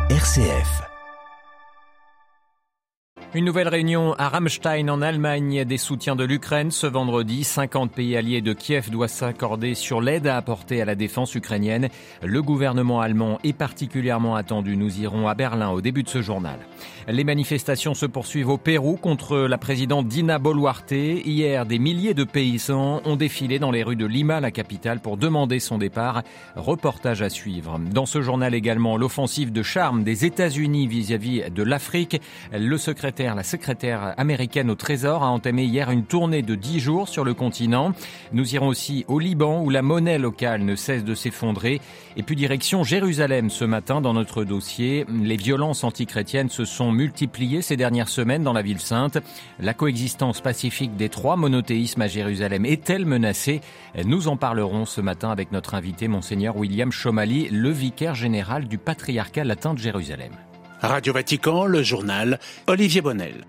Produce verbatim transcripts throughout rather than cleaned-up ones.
R C F. Une nouvelle réunion à Ramstein en Allemagne des soutiens de l'Ukraine ce vendredi. cinquante pays alliés de Kiev doivent s'accorder sur l'aide à apporter à la défense ukrainienne. Le gouvernement allemand est particulièrement attendu. Nous irons à Berlin au début de ce journal. Les manifestations se poursuivent au Pérou contre la présidente Dina Boluarte. Hier, des milliers de paysans ont défilé dans les rues de Lima, la capitale, pour demander son départ. Reportage à suivre. Dans ce journal également, l'offensive de charme des États-Unis vis-à-vis de l'Afrique. Le secrétaire La secrétaire américaine au Trésor a entamé hier une tournée de dix jours sur le continent. Nous irons aussi au Liban où la monnaie locale ne cesse de s'effondrer. Et puis direction Jérusalem ce matin dans notre dossier. Les violences antichrétiennes se sont multipliées ces dernières semaines dans la ville sainte. La coexistence pacifique des trois monothéismes à Jérusalem est-elle menacée ? Nous en parlerons ce matin avec notre invité, Monseigneur William Chomali, le vicaire général du patriarcat latin de Jérusalem. Radio Vatican, le journal, Olivier Bonnel.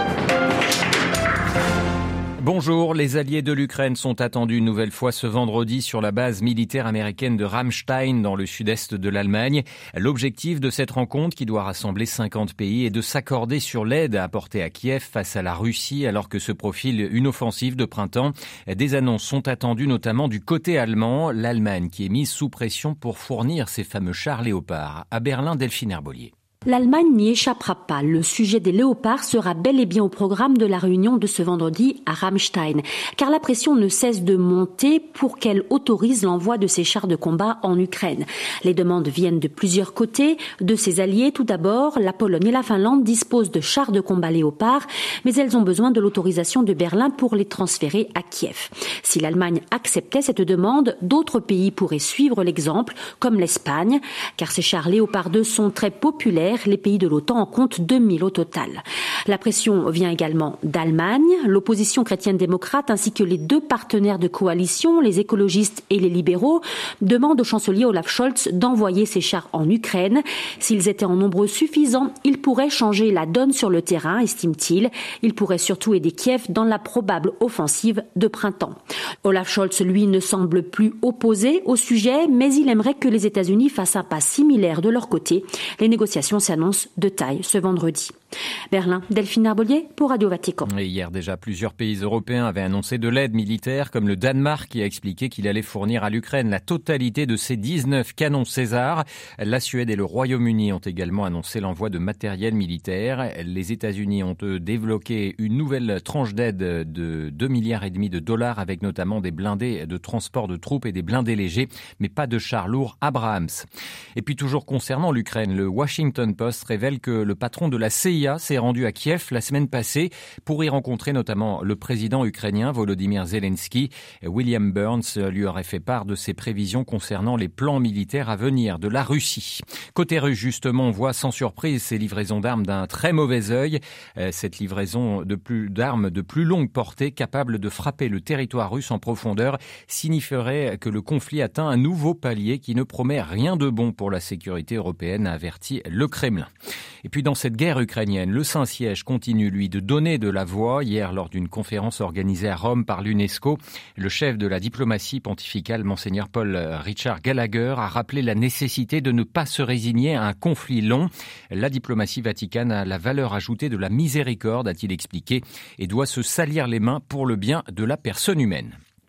Bonjour, les alliés de l'Ukraine sont attendus une nouvelle fois ce vendredi sur la base militaire américaine de Ramstein dans le sud-est de l'Allemagne. L'objectif de cette rencontre, qui doit rassembler cinquante pays, est de s'accorder sur l'aide à apporter à Kiev face à la Russie alors que se profile une offensive de printemps. Des annonces sont attendues notamment du côté allemand, l'Allemagne qui est mise sous pression pour fournir ses fameux chars Léopard. À Berlin, Delphine Herbolier. L'Allemagne n'y échappera pas. Le sujet des léopards sera bel et bien au programme de la réunion de ce vendredi à Ramstein. Car la pression ne cesse de monter pour qu'elle autorise l'envoi de ces chars de combat en Ukraine. Les demandes viennent de plusieurs côtés. De ses alliés, tout d'abord, la Pologne et la Finlande disposent de chars de combat léopards, mais elles ont besoin de l'autorisation de Berlin pour les transférer à Kiev. Si l'Allemagne acceptait cette demande, d'autres pays pourraient suivre l'exemple, comme l'Espagne, car ces chars léopards deux sont très populaires. Les pays de l'OTAN en comptent deux mille au total. La pression vient également d'Allemagne. L'opposition chrétienne-démocrate ainsi que les deux partenaires de coalition, les écologistes et les libéraux, demandent au chancelier Olaf Scholz d'envoyer ses chars en Ukraine. S'ils étaient en nombre suffisant, ils pourraient changer la donne sur le terrain, estime-t-il. Ils pourraient surtout aider Kiev dans la probable offensive de printemps. Olaf Scholz, lui, ne semble plus opposé au sujet, mais il aimerait que les États-Unis fassent un pas similaire de leur côté. Les négociations s'annonce de taille ce vendredi. Berlin, Delphine Herbolier pour Radio Vatican. Et hier déjà, plusieurs pays européens avaient annoncé de l'aide militaire, comme le Danemark qui a expliqué qu'il allait fournir à l'Ukraine la totalité de ses dix-neuf canons César. La Suède et le Royaume-Uni ont également annoncé l'envoi de matériel militaire. Les États-Unis ont eux débloqué une nouvelle tranche d'aide de deux milliards et demi de dollars avec notamment des blindés de transport de troupes et des blindés légers, mais pas de chars lourds Abrams. Et puis toujours concernant l'Ukraine, le Washington Post révèle que le patron de la C I A s'est rendu à Kiev la semaine passée pour y rencontrer notamment le président ukrainien Volodymyr Zelensky. William Burns lui aurait fait part de ses prévisions concernant les plans militaires à venir de la Russie. Côté russe, justement, on voit sans surprise ces livraisons d'armes d'un très mauvais œil. Cette livraison de plus, d'armes de plus longue portée capables de frapper le territoire russe en profondeur signifierait que le conflit atteint un nouveau palier qui ne promet rien de bon pour la sécurité européenne, a averti le Kremlin. Et puis dans cette guerre ukrainienne, le Saint-Siège continue, lui, de donner de la voix. Hier, lors d'une conférence organisée à Rome par l'UNESCO, le chef de la diplomatie pontificale, Monseigneur Paul Richard Gallagher, a rappelé la nécessité de ne pas se résigner à un conflit long. La diplomatie vaticane a la valeur ajoutée de la miséricorde, a-t-il expliqué, et doit se salir les mains pour le bien de la personne humaine.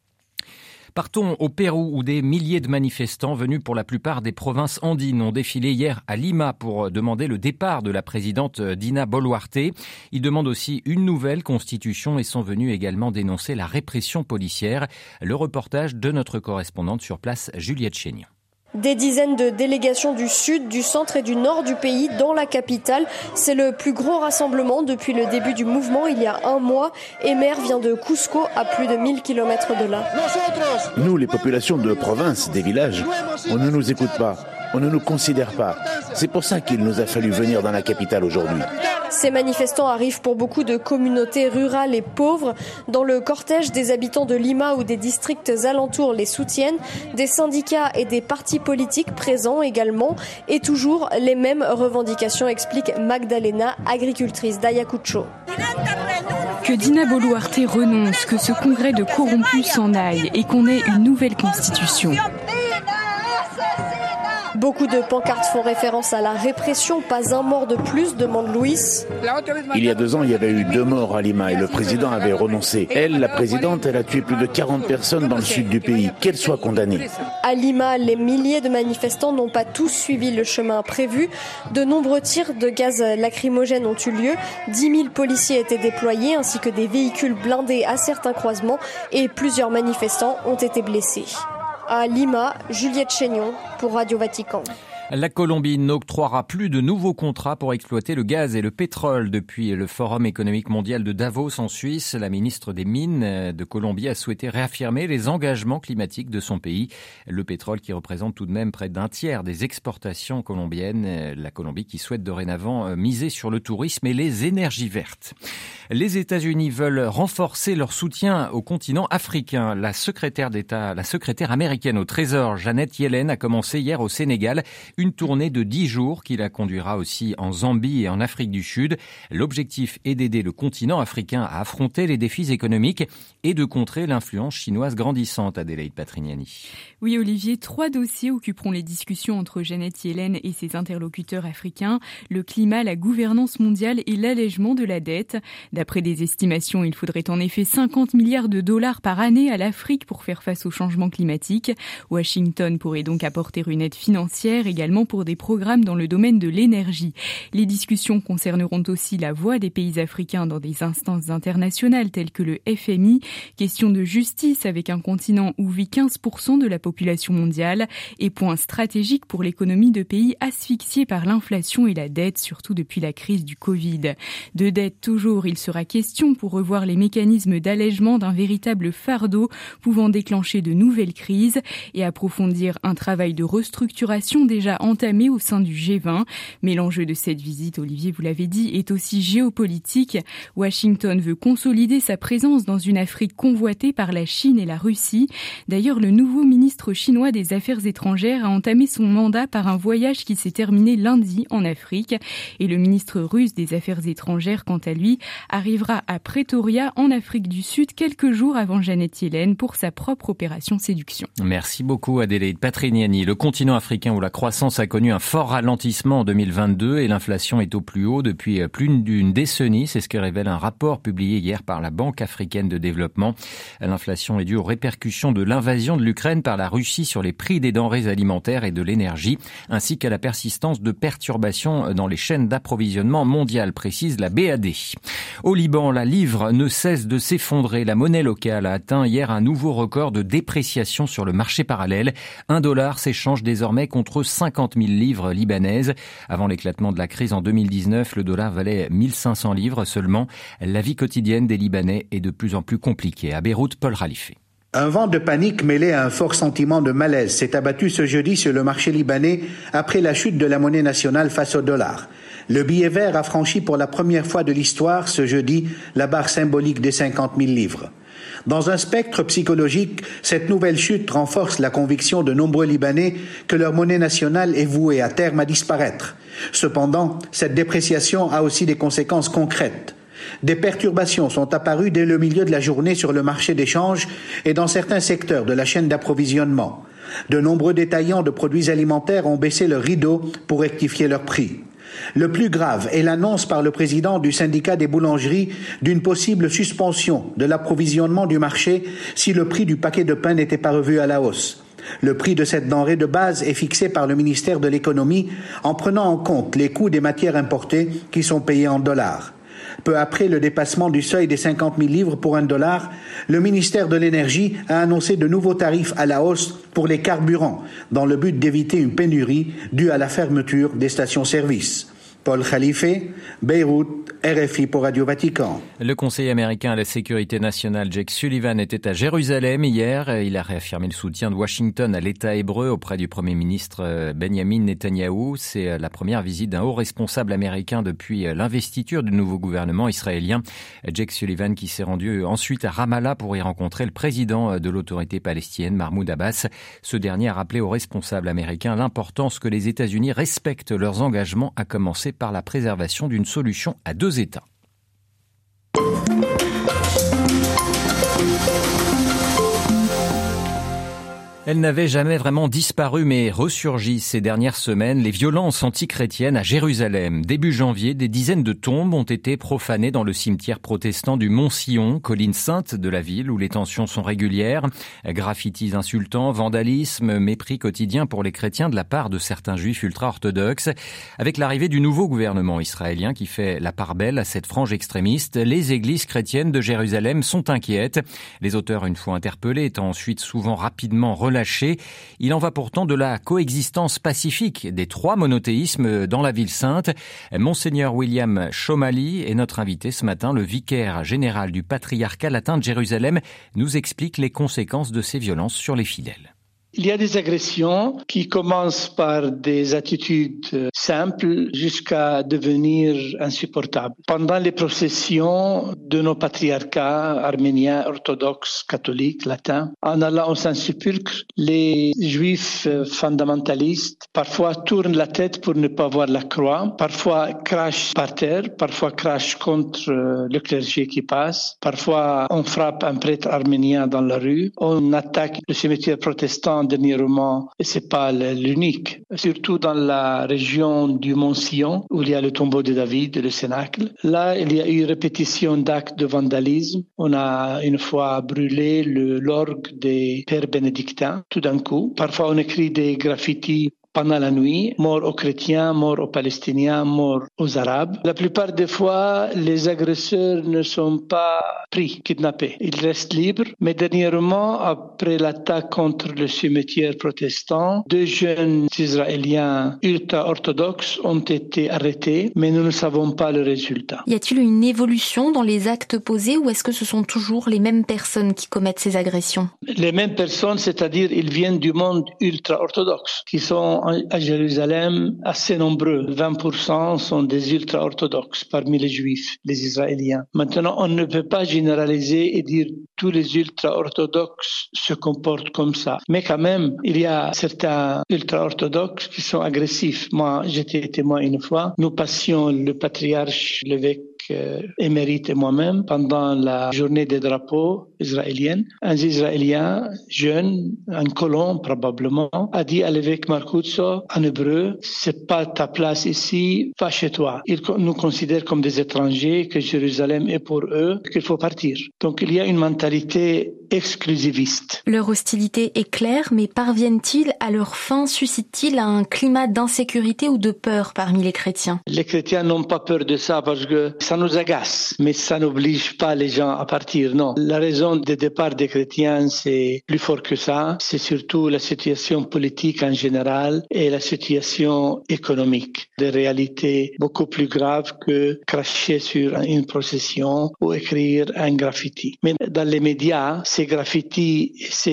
Partons au Pérou où des milliers de manifestants venus pour la plupart des provinces andines ont défilé hier à Lima pour demander le départ de la présidente Dina Boluarte. Ils demandent aussi une nouvelle constitution et sont venus également dénoncer la répression policière. Le reportage de notre correspondante sur place, Juliette Chénion. Des dizaines de délégations du sud, du centre et du nord du pays dans la capitale. C'est le plus gros rassemblement depuis le début du mouvement il y a un mois. Emer vient de Cusco, à plus de mille kilomètres de là. Nous, les populations de province, des villages, on ne nous écoute pas, on ne nous considère pas. C'est pour ça qu'il nous a fallu venir dans la capitale aujourd'hui. Ces manifestants arrivent pour beaucoup de communautés rurales et pauvres. Dans le cortège, des habitants de Lima ou des districts alentours les soutiennent, des syndicats et des partis politiques présents également, et toujours les mêmes revendications, explique Magdalena, agricultrice d'Ayacucho. Que Dina Boluarte renonce, que ce congrès de corrompus s'en aille et qu'on ait une nouvelle constitution. Beaucoup de pancartes font référence à la répression. Pas un mort de plus, demande Luis. Il y a deux ans, il y avait eu deux morts à Lima et le président avait renoncé. Elle, la présidente, elle a tué plus de quarante personnes dans le sud du pays. Qu'elle soit condamnée. À Lima, les milliers de manifestants n'ont pas tous suivi le chemin prévu. De nombreux tirs de gaz lacrymogène ont eu lieu. dix mille policiers étaient déployés ainsi que des véhicules blindés à certains croisements et plusieurs manifestants ont été blessés. À Lima, Juliette Chénion pour Radio Vatican. La Colombie n'octroiera plus de nouveaux contrats pour exploiter le gaz et le pétrole. Depuis le Forum économique mondial de Davos en Suisse, la ministre des Mines de Colombie a souhaité réaffirmer les engagements climatiques de son pays. Le pétrole qui représente tout de même près d'un tiers des exportations colombiennes. La Colombie qui souhaite dorénavant miser sur le tourisme et les énergies vertes. Les États-Unis veulent renforcer leur soutien au continent africain. La secrétaire d'État, la secrétaire américaine au Trésor, Janet Yellen, a commencé hier au Sénégal une tournée de dix jours qui la conduira aussi en Zambie et en Afrique du Sud. L'objectif est d'aider le continent africain à affronter les défis économiques et de contrer l'influence chinoise grandissante. Adélaïde Patrignani. Oui, Olivier, trois dossiers occuperont les discussions entre Janet Yellen et ses interlocuteurs africains. Le climat, la gouvernance mondiale et l'allègement de la dette. D'après des estimations, il faudrait en effet cinquante milliards de dollars par année à l'Afrique pour faire face au changement climatique. Washington pourrait donc apporter une aide financière, également pour des programmes dans le domaine de l'énergie. Les discussions concerneront aussi la voix des pays africains dans des instances internationales telles que le F M I. Question de justice avec un continent où vit quinze pour cent de la population mondiale et point stratégique pour l'économie de pays asphyxiés par l'inflation et la dette, surtout depuis la crise du Covid. De dette toujours, il sera question pour revoir les mécanismes d'allègement d'un véritable fardeau pouvant déclencher de nouvelles crises et approfondir un travail de restructuration déjà entamé au sein du G vingt. Mais l'enjeu de cette visite, Olivier, vous l'avez dit, est aussi géopolitique. Washington veut consolider sa présence dans une Afrique convoitée par la Chine et la Russie. D'ailleurs, le nouveau ministre chinois des Affaires étrangères a entamé son mandat par un voyage qui s'est terminé lundi en Afrique. Et le ministre russe des Affaires étrangères, quant à lui, arrivera à Pretoria, en Afrique du Sud, quelques jours avant Janet Yellen pour sa propre opération séduction. Merci beaucoup, Adélaïde Patrignani. Le continent africain où la croissance a connu un fort ralentissement en deux mille vingt-deux et l'inflation est au plus haut depuis plus d'une décennie. C'est ce que révèle un rapport publié hier par la Banque africaine de développement. L'inflation est due aux répercussions de l'invasion de l'Ukraine par la Russie sur les prix des denrées alimentaires et de l'énergie, ainsi qu'à la persistance de perturbations dans les chaînes d'approvisionnement mondiales, précise la B A D. Au Liban, la livre ne cesse de s'effondrer. La monnaie locale a atteint hier un nouveau record de dépréciation sur le marché parallèle. Un dollar s'échange désormais contre cinquante mille livres libanaises. Avant l'éclatement de la crise en deux mille dix-neuf, le dollar valait mille cinq cents livres seulement. La vie quotidienne des Libanais est de plus en plus compliquée. À Beyrouth, Paul Khalife. Un vent de panique mêlé à un fort sentiment de malaise s'est abattu ce jeudi sur le marché libanais après la chute de la monnaie nationale face au dollar. Le billet vert a franchi pour la première fois de l'histoire ce jeudi la barre symbolique des cinquante mille livres. Dans un spectre psychologique, cette nouvelle chute renforce la conviction de nombreux Libanais que leur monnaie nationale est vouée à terme à disparaître. Cependant, cette dépréciation a aussi des conséquences concrètes. Des perturbations sont apparues dès le milieu de la journée sur le marché d'échange et dans certains secteurs de la chaîne d'approvisionnement. De nombreux détaillants de produits alimentaires ont baissé le rideau pour rectifier leurs prix. Le plus grave est l'annonce par le président du syndicat des boulangeries d'une possible suspension de l'approvisionnement du marché si le prix du paquet de pain n'était pas revu à la hausse. Le prix de cette denrée de base est fixé par le ministère de l'Économie en prenant en compte les coûts des matières importées qui sont payés en dollars. Peu après le dépassement du seuil des cinquante mille livres pour un dollar, le ministère de l'Énergie a annoncé de nouveaux tarifs à la hausse pour les carburants, dans le but d'éviter une pénurie due à la fermeture des stations-service. Paul Khalife, Beyrouth, R F I pour Radio Vatican. Le conseiller américain à la sécurité nationale Jake Sullivan était à Jérusalem hier. Il a réaffirmé le soutien de Washington à l'État hébreu auprès du Premier ministre Benjamin Netanyahou. C'est la première visite d'un haut responsable américain depuis l'investiture du nouveau gouvernement israélien. Jake Sullivan qui s'est rendu ensuite à Ramallah pour y rencontrer le président de l'autorité palestinienne, Mahmoud Abbas. Ce dernier a rappelé aux responsables américains l'importance que les États-Unis respectent leurs engagements, à commencer par la préservation d'une solution à deux États. Elles n'avaient jamais vraiment disparu mais ressurgissent ces dernières semaines. Les violences antichrétiennes à Jérusalem. Début janvier, des dizaines de tombes ont été profanées dans le cimetière protestant du Mont-Sion, colline sainte de la ville où les tensions sont régulières. Graffitis insultants, vandalisme, mépris quotidien pour les chrétiens de la part de certains juifs ultra-orthodoxes. Avec l'arrivée du nouveau gouvernement israélien qui fait la part belle à cette frange extrémiste, les églises chrétiennes de Jérusalem sont inquiètes. Les auteurs, une fois interpellés, étant ensuite souvent rapidement relâchés. Il en va pourtant de la coexistence pacifique des trois monothéismes dans la ville sainte. Monseigneur William Chomali est notre invité ce matin. Le vicaire général du patriarcat latin de Jérusalem nous explique les conséquences de ces violences sur les fidèles. Il y a des agressions qui commencent par des attitudes simples jusqu'à devenir insupportables. Pendant les processions de nos patriarcats arméniens, orthodoxes, catholiques, latins, en allant au Saint-Sépulcre, les juifs fondamentalistes parfois tournent la tête pour ne pas voir la croix, parfois crachent par terre, parfois crachent contre le clergé qui passe, parfois on frappe un prêtre arménien dans la rue, on attaque le cimetière protestant dernièrement, et c'est pas l'unique, surtout dans la région du Mont-Sion, où il y a le tombeau de David et le Cénacle. Là, il y a eu répétition d'actes de vandalisme. On a une fois brûlé le l'orgue des pères bénédictins, tout d'un coup. Parfois, on écrit des graffitis pendant la nuit, mort aux chrétiens, mort aux palestiniens, mort aux arabes. La plupart des fois, les agresseurs ne sont pas pris, kidnappés. Ils restent libres. Mais dernièrement, après l'attaque contre le cimetière protestant, deux jeunes Israéliens ultra-orthodoxes ont été arrêtés, mais nous ne savons pas le résultat. Y a-t-il une évolution dans les actes posés ou est-ce que ce sont toujours les mêmes personnes qui commettent ces agressions? Les mêmes personnes, c'est-à-dire ils viennent du monde ultra-orthodoxe, qui sont à Jérusalem assez nombreux. vingt pour cent sont des ultra-orthodoxes parmi les juifs, les Israéliens. Maintenant, on ne peut pas généraliser et dire tous les ultra-orthodoxes se comportent comme ça. Mais quand même, il y a certains ultra-orthodoxes qui sont agressifs. Moi, j'étais témoin une fois. Nous passions le patriarche, l'évêque euh, émérite et moi-même pendant la journée des drapeaux israélienenne. Un Israélien jeune, un colon probablement, a dit à l'évêque Marcoutso en hébreu, c'est pas ta place ici, va chez toi. Ils nous considèrent comme des étrangers, que Jérusalem est pour eux, qu'il faut partir. Donc il y a une mentalité exclusiviste. Leur hostilité est claire, mais parviennent-ils à leur fin? Suscitent-ils un climat d'insécurité ou de peur parmi les chrétiens? Les chrétiens n'ont pas peur de ça parce que ça nous agace, mais ça n'oblige pas les gens à partir, non. La raison de départ des chrétiens, c'est plus fort que ça. C'est surtout la situation politique en général et la situation économique. Des réalités beaucoup plus graves que cracher sur une procession ou écrire un graffiti. Mais dans les médias, ces graffitis,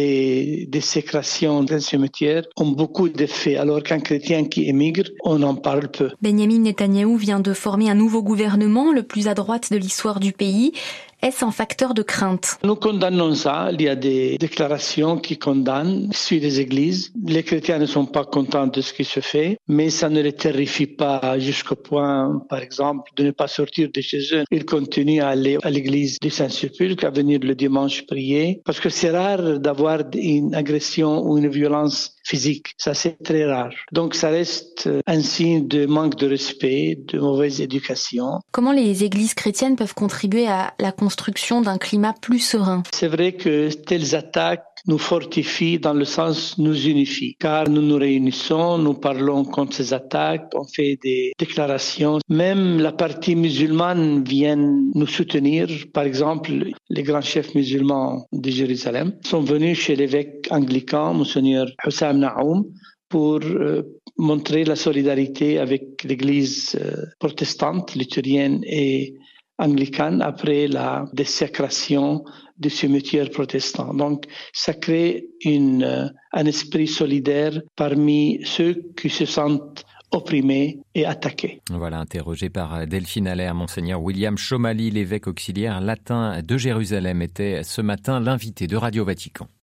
ces désécrations d'un cimetière ont beaucoup d'effets, alors qu'un chrétien qui émigre, on en parle peu. Benjamin Netanyahou vient de former un nouveau gouvernement, le plus à droite de l'histoire du pays. Est-ce un facteur de crainte? Nous condamnons ça. Il y a des déclarations qui condamnent, issues des églises. Les chrétiens ne sont pas contents de ce qui se fait, mais ça ne les terrifie pas jusqu'au point, par exemple, de ne pas sortir de chez eux. Ils continuent à aller à l'église du Saint-Sépulcre, à venir le dimanche prier, parce que c'est rare d'avoir une agression ou une violence physique. Ça, c'est très rare. Donc, ça reste un signe de manque de respect, de mauvaise éducation. Comment les églises chrétiennes peuvent contribuer à la construction d'un climat plus serein? C'est vrai que telles attaques nous fortifient dans le sens nous unifient, car nous nous réunissons, nous parlons contre ces attaques, on fait des déclarations. Même la partie musulmane vient nous soutenir. Par exemple, les grands chefs musulmans de Jérusalem sont venus chez l'évêque anglican, Monseigneur Hussam Naoum, pour euh, montrer la solidarité avec l'église euh, protestante, luthérienne et anglicane après la désécration du cimetière protestant. Donc, ça crée une, euh, un esprit solidaire parmi ceux qui se sentent opprimés et attaqués. Voilà, interrogé par Delphine Allaire, Monseigneur William Chomali, l'évêque auxiliaire latin de Jérusalem, était ce matin l'invité de Radio Vatican.